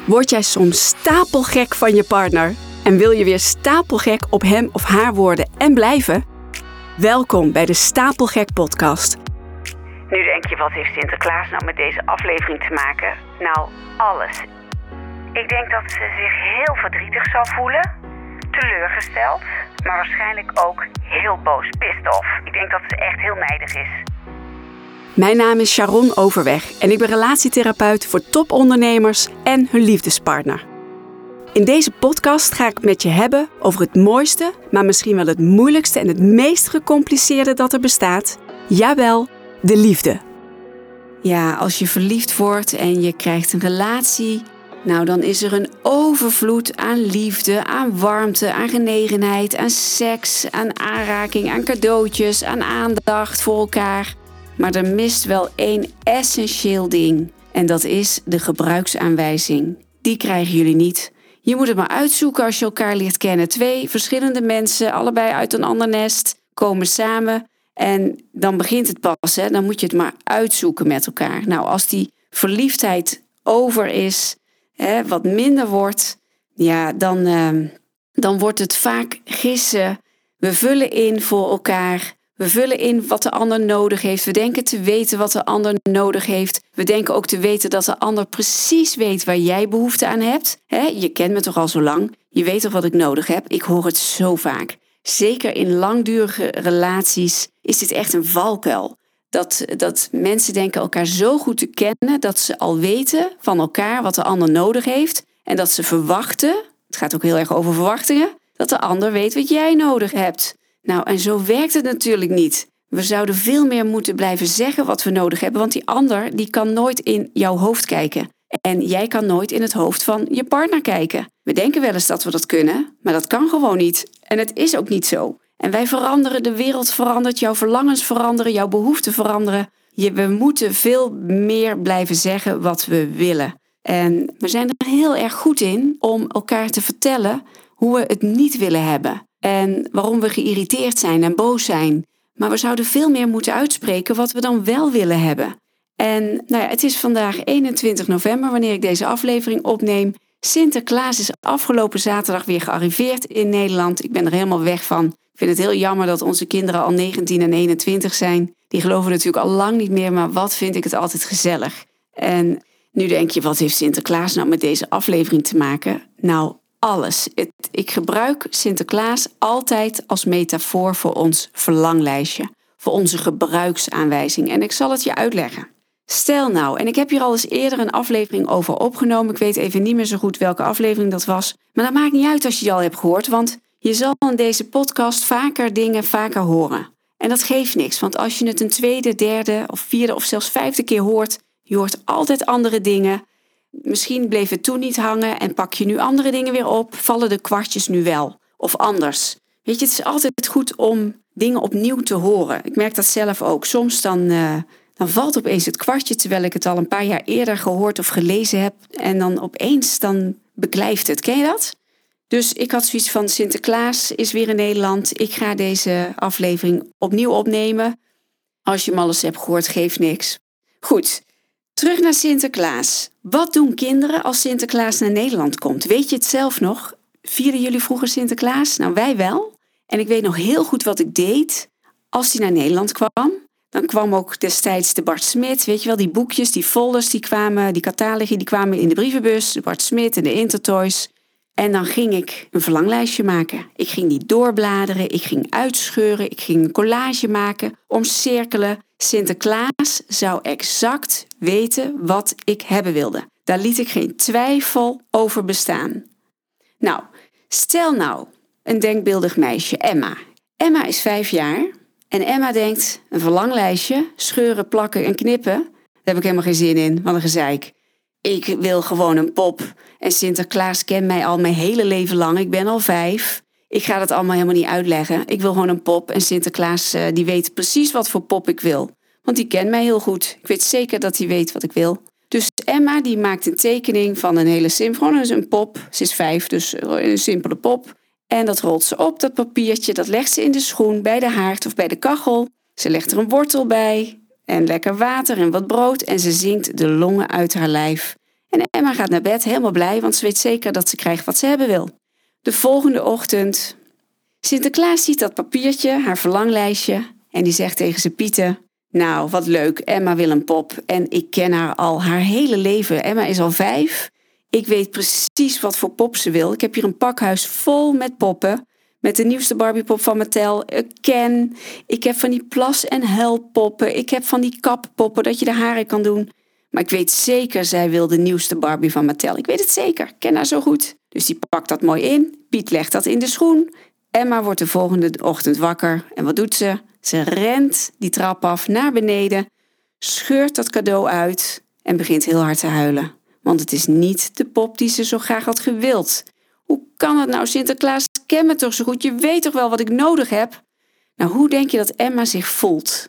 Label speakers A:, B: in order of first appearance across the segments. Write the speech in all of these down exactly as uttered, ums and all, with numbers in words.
A: Word jij soms stapelgek van je partner en wil je weer stapelgek op hem of haar worden en blijven? Welkom bij de Stapelgek podcast.
B: Nu denk je, wat heeft Sinterklaas nou met deze aflevering te maken? Nou, alles. Ik denk dat ze zich heel verdrietig zal voelen, teleurgesteld, maar waarschijnlijk ook heel boos, pissed off. Ik denk dat ze echt heel nijdig is.
A: Mijn naam is Sharon Overweg en ik ben relatietherapeut voor topondernemers en hun liefdespartner. In deze podcast ga ik het met je hebben over het mooiste, maar misschien wel het moeilijkste en het meest gecompliceerde dat er bestaat. Jawel, de liefde. Ja, als je verliefd wordt en je krijgt een relatie, nou dan is er een overvloed aan liefde, aan warmte, aan genegenheid, aan seks, aan aanraking, aan cadeautjes, aan aandacht voor elkaar. Maar er mist wel één essentieel ding en dat is de gebruiksaanwijzing. Die krijgen jullie niet. Je moet het maar uitzoeken als je elkaar leert kennen. Twee verschillende mensen, allebei uit een ander nest, komen samen en dan begint het pas. Hè? Dan moet je het maar uitzoeken met elkaar. Nou, als die verliefdheid over is, hè, wat minder wordt, ja, dan, uh, dan wordt het vaak gissen. We vullen in voor elkaar. We vullen in wat de ander nodig heeft. We denken te weten wat de ander nodig heeft. We denken ook te weten dat de ander precies weet waar jij behoefte aan hebt. He, je kent me toch al zo lang. Je weet toch wat ik nodig heb? Ik hoor het zo vaak. Zeker in langdurige relaties is dit echt een valkuil. Dat, dat mensen denken elkaar zo goed te kennen dat ze al weten van elkaar wat de ander nodig heeft. En dat ze verwachten, het gaat ook heel erg over verwachtingen, dat de ander weet wat jij nodig hebt. Nou, en zo werkt het natuurlijk niet. We zouden veel meer moeten blijven zeggen wat we nodig hebben, want die ander die kan nooit in jouw hoofd kijken. En jij kan nooit in het hoofd van je partner kijken. We denken wel eens dat we dat kunnen, maar dat kan gewoon niet. En het is ook niet zo. En wij veranderen, de wereld verandert, jouw verlangens veranderen, jouw behoeften veranderen. Je, we moeten veel meer blijven zeggen wat we willen. En we zijn er heel erg goed in om elkaar te vertellen hoe we het niet willen hebben. En waarom we geïrriteerd zijn en boos zijn. Maar we zouden veel meer moeten uitspreken wat we dan wel willen hebben. En nou ja, het is vandaag eenentwintig november wanneer ik deze aflevering opneem. Sinterklaas is afgelopen zaterdag weer gearriveerd in Nederland. Ik ben er helemaal weg van. Ik vind het heel jammer dat onze kinderen al negentien en eenentwintig zijn. Die geloven natuurlijk al lang niet meer, maar wat vind ik het altijd gezellig. En nu denk je, wat heeft Sinterklaas nou met deze aflevering te maken? Nou, alles. Het, ik gebruik Sinterklaas altijd als metafoor voor ons verlanglijstje. Voor onze gebruiksaanwijzing. En ik zal het je uitleggen. Stel nou, en ik heb hier al eens eerder een aflevering over opgenomen. Ik weet even niet meer zo goed welke aflevering dat was. Maar dat maakt niet uit als je die al hebt gehoord. Want je zal in deze podcast vaker dingen vaker horen. En dat geeft niks. Want als je het een tweede, derde of vierde of zelfs vijfde keer hoort. Je hoort altijd andere dingen. Misschien bleef het toen niet hangen en pak je nu andere dingen weer op. Vallen de kwartjes nu wel? Of anders? Weet je, het is altijd goed om dingen opnieuw te horen. Ik merk dat zelf ook. Soms dan, uh, dan valt opeens het kwartje terwijl ik het al een paar jaar eerder gehoord of gelezen heb. En dan opeens dan beklijft het. Ken je dat? Dus ik had zoiets van Sinterklaas is weer in Nederland. Ik ga deze aflevering opnieuw opnemen. Als je hem al eens hebt gehoord, geeft niks. Goed. Terug naar Sinterklaas. Wat doen kinderen als Sinterklaas naar Nederland komt? Weet je het zelf nog? Vierden jullie vroeger Sinterklaas? Nou, wij wel. En ik weet nog heel goed wat ik deed als hij naar Nederland kwam. Dan kwam ook destijds de Bart Smit. Weet je wel, die boekjes, die folders, die kwamen, die catalogi, die kwamen in de brievenbus. De Bart Smit en de Intertoys. En dan ging ik een verlanglijstje maken. Ik ging die doorbladeren, ik ging uitscheuren, ik ging een collage maken, omcirkelen. Sinterklaas zou exact weten wat ik hebben wilde. Daar liet ik geen twijfel over bestaan. Nou, stel nou een denkbeeldig meisje, Emma. Emma is vijf jaar en Emma denkt, een verlanglijstje, scheuren, plakken en knippen, daar heb ik helemaal geen zin in, wat een gezeik. Ik wil gewoon een pop en Sinterklaas kent mij al mijn hele leven lang, ik ben al vijf. Ik ga dat allemaal helemaal niet uitleggen. Ik wil gewoon een pop en Sinterklaas uh, die weet precies wat voor pop ik wil. Want die kent mij heel goed. Ik weet zeker dat hij weet wat ik wil. Dus Emma die maakt een tekening van een hele simpele, gewoon een pop. Ze is vijf, dus een simpele pop. En dat rolt ze op, dat papiertje, dat legt ze in de schoen bij de haard of bij de kachel. Ze legt er een wortel bij en lekker water en wat brood en ze zingt de longen uit haar lijf. En Emma gaat naar bed helemaal blij, want ze weet zeker dat ze krijgt wat ze hebben wil. De volgende ochtend. Sinterklaas ziet dat papiertje, haar verlanglijstje, en die zegt tegen zijn Pieten: nou, wat leuk, Emma wil een pop en ik ken haar al haar hele leven. Emma is al vijf. Ik weet precies wat voor pop ze wil. Ik heb hier een pakhuis vol met poppen. Met de nieuwste Barbiepop van Mattel, Ken. Ik heb van die plas- en huilpoppen. Ik heb van die kappoppen dat je de haren kan doen. Maar ik weet zeker, zij wil de nieuwste Barbie van Mattel. Ik weet het zeker, ik ken haar zo goed. Dus die pakt dat mooi in. Piet legt dat in de schoen. Emma wordt de volgende ochtend wakker. En wat doet ze? Ze rent die trap af naar beneden, scheurt dat cadeau uit en begint heel hard te huilen. Want het is niet de pop die ze zo graag had gewild. Hoe kan het nou, Sinterklaas? Ken me toch zo goed? Je weet toch wel wat ik nodig heb? Nou, hoe denk je dat Emma zich voelt?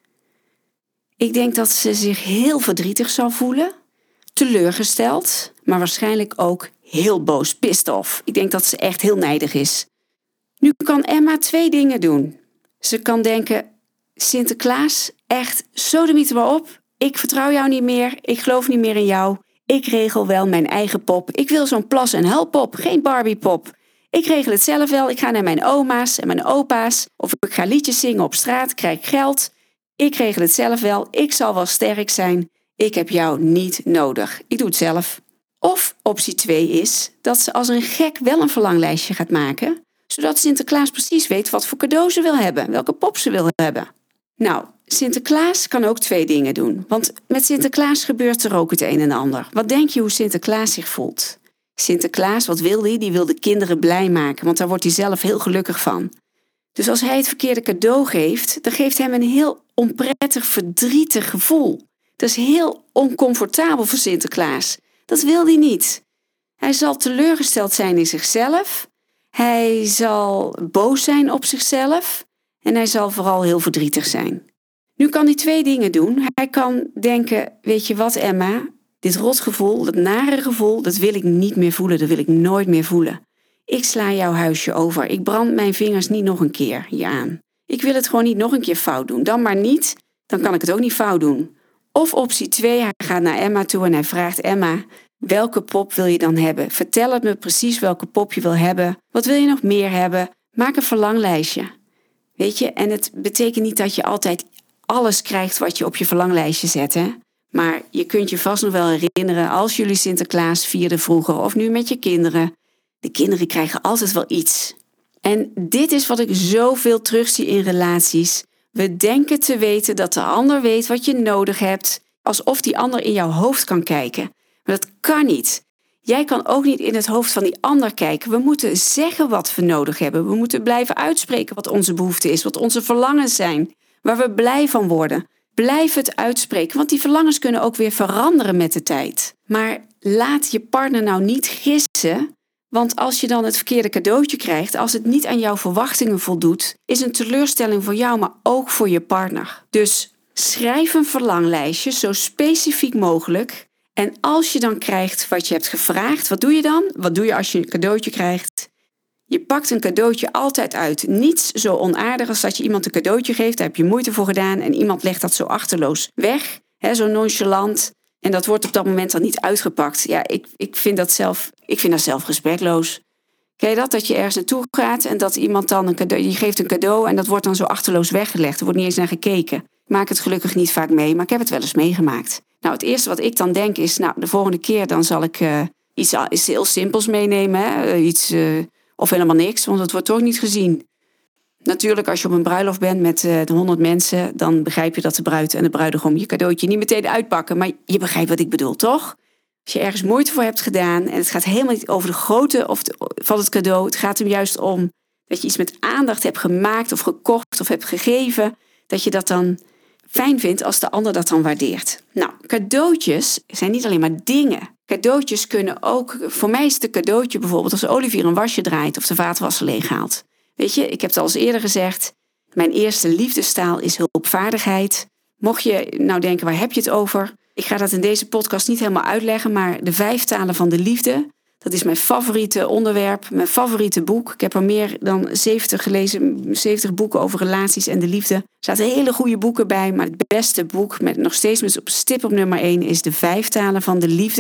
A: Ik denk dat ze zich heel verdrietig zal voelen, teleurgesteld, maar waarschijnlijk ook heel boos, pissed off. Ik denk dat ze echt heel nijdig is. Nu kan Emma twee dingen doen. Ze kan denken: Sinterklaas, echt, sodemiet er maar op. Ik vertrouw jou niet meer, ik geloof niet meer in jou. Ik regel wel mijn eigen pop. Ik wil zo'n plas- en huilpop, geen Barbiepop. Ik regel het zelf wel. Ik ga naar mijn oma's en mijn opa's. Of ik ga liedjes zingen op straat, krijg geld. Ik regel het zelf wel. Ik zal wel sterk zijn. Ik heb jou niet nodig. Ik doe het zelf. Of optie twee is dat ze als een gek wel een verlanglijstje gaat maken, zodat Sinterklaas precies weet wat voor cadeau ze wil hebben, welke pop ze wil hebben. Nou, Sinterklaas kan ook twee dingen doen, want met Sinterklaas gebeurt er ook het een en ander. Wat denk je hoe Sinterklaas zich voelt? Sinterklaas, wat wil hij? Die wil de kinderen blij maken, want daar wordt hij zelf heel gelukkig van. Dus als hij het verkeerde cadeau geeft, dan geeft hem een heel onprettig, verdrietig gevoel. Dat is heel oncomfortabel voor Sinterklaas. Dat wil hij niet. Hij zal teleurgesteld zijn in zichzelf. Hij zal boos zijn op zichzelf. En hij zal vooral heel verdrietig zijn. Nu kan hij twee dingen doen. Hij kan denken: weet je wat, Emma? Dit rotgevoel, dat nare gevoel, dat wil ik niet meer voelen. Dat wil ik nooit meer voelen. Ik sla jouw huisje over. Ik brand mijn vingers niet nog een keer hier aan. Ik wil het gewoon niet nog een keer fout doen. Dan maar niet, dan kan ik het ook niet fout doen. Of optie twee, hij gaat naar Emma toe en hij vraagt: Emma, welke pop wil je dan hebben? Vertel het me precies welke pop je wil hebben. Wat wil je nog meer hebben? Maak een verlanglijstje. Weet je, en het betekent niet dat je altijd alles krijgt wat je op je verlanglijstje zet, hè? Maar je kunt je vast nog wel herinneren, als jullie Sinterklaas vierden vroeger of nu met je kinderen. De kinderen krijgen altijd wel iets. En dit is wat ik zoveel terugzie in relaties. We denken te weten dat de ander weet wat je nodig hebt, alsof die ander in jouw hoofd kan kijken. Maar dat kan niet. Jij kan ook niet in het hoofd van die ander kijken. We moeten zeggen wat we nodig hebben. We moeten blijven uitspreken wat onze behoefte is, wat onze verlangens zijn, waar we blij van worden. Blijf het uitspreken, want die verlangens kunnen ook weer veranderen met de tijd. Maar laat je partner nou niet gissen, want als je dan het verkeerde cadeautje krijgt, als het niet aan jouw verwachtingen voldoet, is een teleurstelling voor jou, maar ook voor je partner. Dus schrijf een verlanglijstje, zo specifiek mogelijk. En als je dan krijgt wat je hebt gevraagd, wat doe je dan? Wat doe je als je een cadeautje krijgt? Je pakt een cadeautje altijd uit. Niets zo onaardig als dat je iemand een cadeautje geeft. Daar heb je moeite voor gedaan en iemand legt dat zo achterloos weg. Hè, zo nonchalant. En dat wordt op dat moment dan niet uitgepakt. Ja, ik, ik, vind dat zelf, ik vind dat zelf respectloos. Ken je dat? Dat je ergens naartoe gaat en dat iemand dan een cadeau, die geeft een cadeau en dat wordt dan zo achterloos weggelegd. Er wordt niet eens naar gekeken. Ik maak het gelukkig niet vaak mee, maar ik heb het wel eens meegemaakt. Nou, het eerste wat ik dan denk is, nou, de volgende keer dan zal ik uh, iets, iets heel simpels meenemen. Hè? Iets, uh, of helemaal niks, want het wordt toch niet gezien. Natuurlijk, als je op een bruiloft bent met uh, de honderd mensen, dan begrijp je dat de bruid en de bruidegom je cadeautje niet meteen uitpakken. Maar je begrijpt wat ik bedoel, toch? Als je ergens moeite voor hebt gedaan en het gaat helemaal niet over de grootte of de, van het cadeau. Het gaat hem juist om dat je iets met aandacht hebt gemaakt of gekocht of hebt gegeven. Dat je dat dan fijn vindt als de ander dat dan waardeert. Nou, cadeautjes zijn niet alleen maar dingen. Cadeautjes kunnen ook, voor mij is het een cadeautje bijvoorbeeld als Olivier een wasje draait of de vaatwasser leeghaalt. Weet je, ik heb het al eens eerder gezegd, mijn eerste liefdestaal is hulpvaardigheid. Mocht je nou denken, waar heb je het over? Ik ga dat in deze podcast niet helemaal uitleggen, maar de vijf talen van de liefde, dat is mijn favoriete onderwerp, mijn favoriete boek. Ik heb er meer dan zeventig gelezen, zeventig boeken over relaties en de liefde. Er zaten hele goede boeken bij, maar het beste boek, met nog steeds met op stip op nummer één, is de vijf talen van de liefde.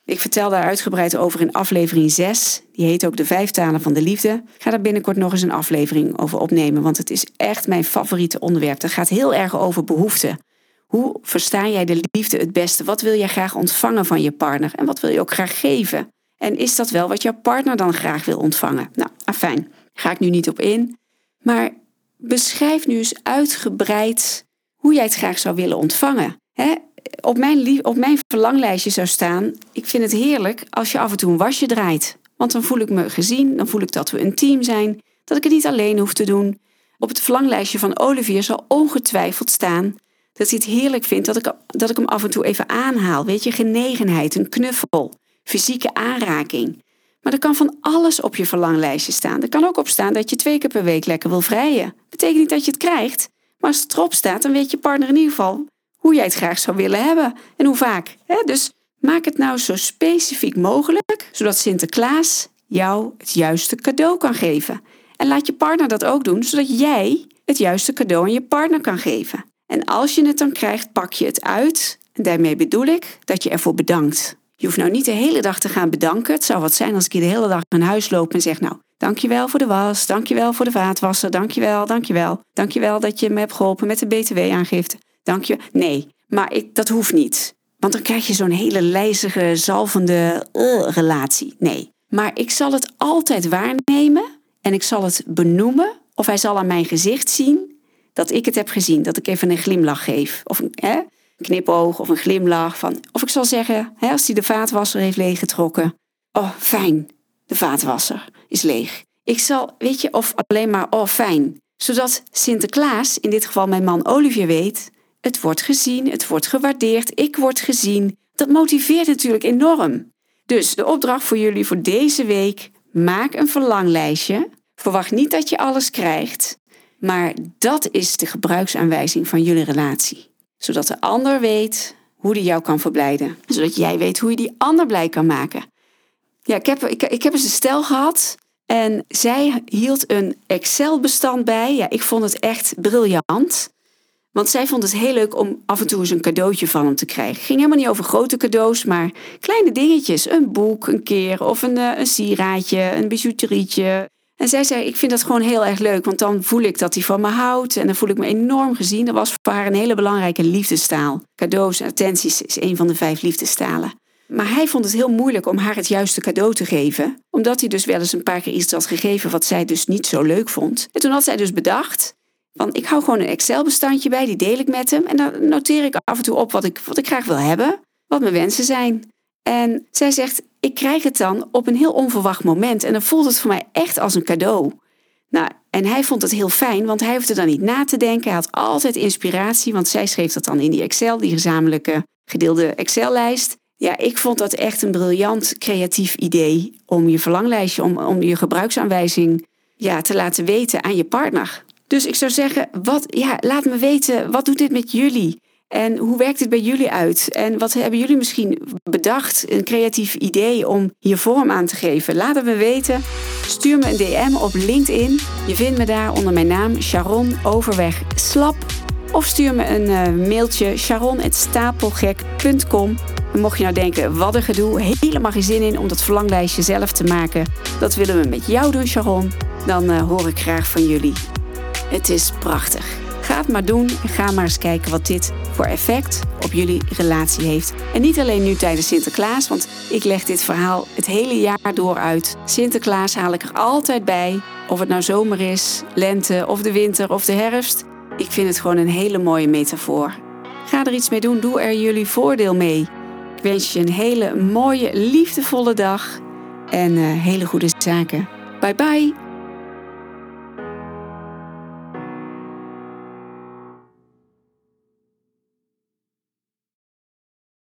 A: Ik vertel daar uitgebreid over in aflevering zes. Die heet ook de vijf talen van de liefde. Ik ga daar binnenkort nog eens een aflevering over opnemen, want het is echt mijn favoriete onderwerp. Het gaat heel erg over behoeften. Hoe versta jij de liefde het beste? Wat wil jij graag ontvangen van je partner? En wat wil je ook graag geven? En is dat wel wat jouw partner dan graag wil ontvangen? Nou, afijn, daar ga ik nu niet op in. Maar beschrijf nu eens uitgebreid hoe jij het graag zou willen ontvangen. He? Op mijn, lief, op mijn verlanglijstje zou staan, ik vind het heerlijk als je af en toe een wasje draait. Want dan voel ik me gezien, dan voel ik dat we een team zijn, dat ik het niet alleen hoef te doen. Op het verlanglijstje van Olivier zal ongetwijfeld staan dat hij het heerlijk vindt dat ik, dat ik hem af en toe even aanhaal. Weet je, genegenheid, een knuffel, fysieke aanraking. Maar er kan van alles op je verlanglijstje staan. Er kan ook op staan dat je twee keer per week lekker wil vrijen. Betekent niet dat je het krijgt, maar als het erop staat, dan weet je partner in ieder geval hoe jij het graag zou willen hebben en hoe vaak. Hè? Dus maak het nou zo specifiek mogelijk, zodat Sinterklaas jou het juiste cadeau kan geven. En laat je partner dat ook doen, zodat jij het juiste cadeau aan je partner kan geven. En als je het dan krijgt, pak je het uit. En daarmee bedoel ik dat je ervoor bedankt. Je hoeft nou niet de hele dag te gaan bedanken. Het zou wat zijn als ik hier de hele dag naar huis loop en zeg, nou, dankjewel voor de was, dankjewel voor de vaatwasser, dankjewel, dankjewel. Dankjewel dat je me hebt geholpen met de B T W-aangifte. Dank je. Nee, maar ik, dat hoeft niet. Want dan krijg je zo'n hele lijzige, zalvende uh, relatie. Nee, maar ik zal het altijd waarnemen en ik zal het benoemen. Of hij zal aan mijn gezicht zien dat ik het heb gezien. Dat ik even een glimlach geef. Of een, hè, een knipoog of een glimlach. Van, of ik zal zeggen, hè, als hij de vaatwasser heeft leeggetrokken. Oh, fijn, de vaatwasser is leeg. Ik zal, weet je, of alleen maar, oh, fijn. Zodat Sinterklaas, in dit geval mijn man Olivier, weet, het wordt gezien, het wordt gewaardeerd, ik word gezien. Dat motiveert natuurlijk enorm. Dus de opdracht voor jullie voor deze week, maak een verlanglijstje. Verwacht niet dat je alles krijgt, maar dat is de gebruiksaanwijzing van jullie relatie. Zodat de ander weet hoe die jou kan verblijden. Zodat jij weet hoe je die ander blij kan maken. Ja, ik heb, ik, ik heb eens een stel gehad en zij hield een Excel-bestand bij. Ja, ik vond het echt briljant. Want zij vond het heel leuk om af en toe eens een cadeautje van hem te krijgen. Het ging helemaal niet over grote cadeaus, maar kleine dingetjes. Een boek een keer of een, een sieraadje, een bijouterietje. En zij zei, ik vind dat gewoon heel erg leuk, want dan voel ik dat hij van me houdt. En dan voel ik me enorm gezien. Dat was voor haar een hele belangrijke liefdestaal. Cadeaus en attenties is een van de vijf liefdestalen. Maar hij vond het heel moeilijk om haar het juiste cadeau te geven. Omdat hij dus wel eens een paar keer iets had gegeven wat zij dus niet zo leuk vond. En toen had zij dus bedacht, van, ik hou gewoon een Excel-bestandje bij, die deel ik met hem. En dan noteer ik af en toe op wat ik, wat ik graag wil hebben, wat mijn wensen zijn. En zij zegt, ik krijg het dan op een heel onverwacht moment. En dan voelt het voor mij echt als een cadeau. Nou, en hij vond het heel fijn, want hij hoefde dan niet na te denken. Hij had altijd inspiratie, want zij schreef dat dan in die Excel, die gezamenlijke gedeelde Excel-lijst. Ja, ik vond dat echt een briljant creatief idee om je verlanglijstje, om, om je gebruiksaanwijzing ja, te laten weten aan je partner. Dus ik zou zeggen, wat, ja, laat me weten, wat doet dit met jullie? En hoe werkt het bij jullie uit? En wat hebben jullie misschien bedacht, een creatief idee om hier vorm aan te geven? Laat het me weten. Stuur me een D M op LinkedIn. Je vindt me daar onder mijn naam Sharon Overweg Slap. Of stuur me een uh, mailtje sharon at stapelgek punt com. En mocht je nou denken, wat een gedoe, helemaal geen zin in om dat verlanglijstje zelf te maken. Dat willen we met jou doen, Sharon. Dan uh, hoor ik graag van jullie. Het is prachtig. Ga het maar doen en ga maar eens kijken wat dit voor effect op jullie relatie heeft. En niet alleen nu tijdens Sinterklaas, want ik leg dit verhaal het hele jaar door uit. Sinterklaas haal ik er altijd bij, of het nou zomer is, lente of de winter of de herfst. Ik vind het gewoon een hele mooie metafoor. Ga er iets mee doen, doe er jullie voordeel mee. Ik wens je een hele mooie, liefdevolle dag en uh, hele goede zaken. Bye bye!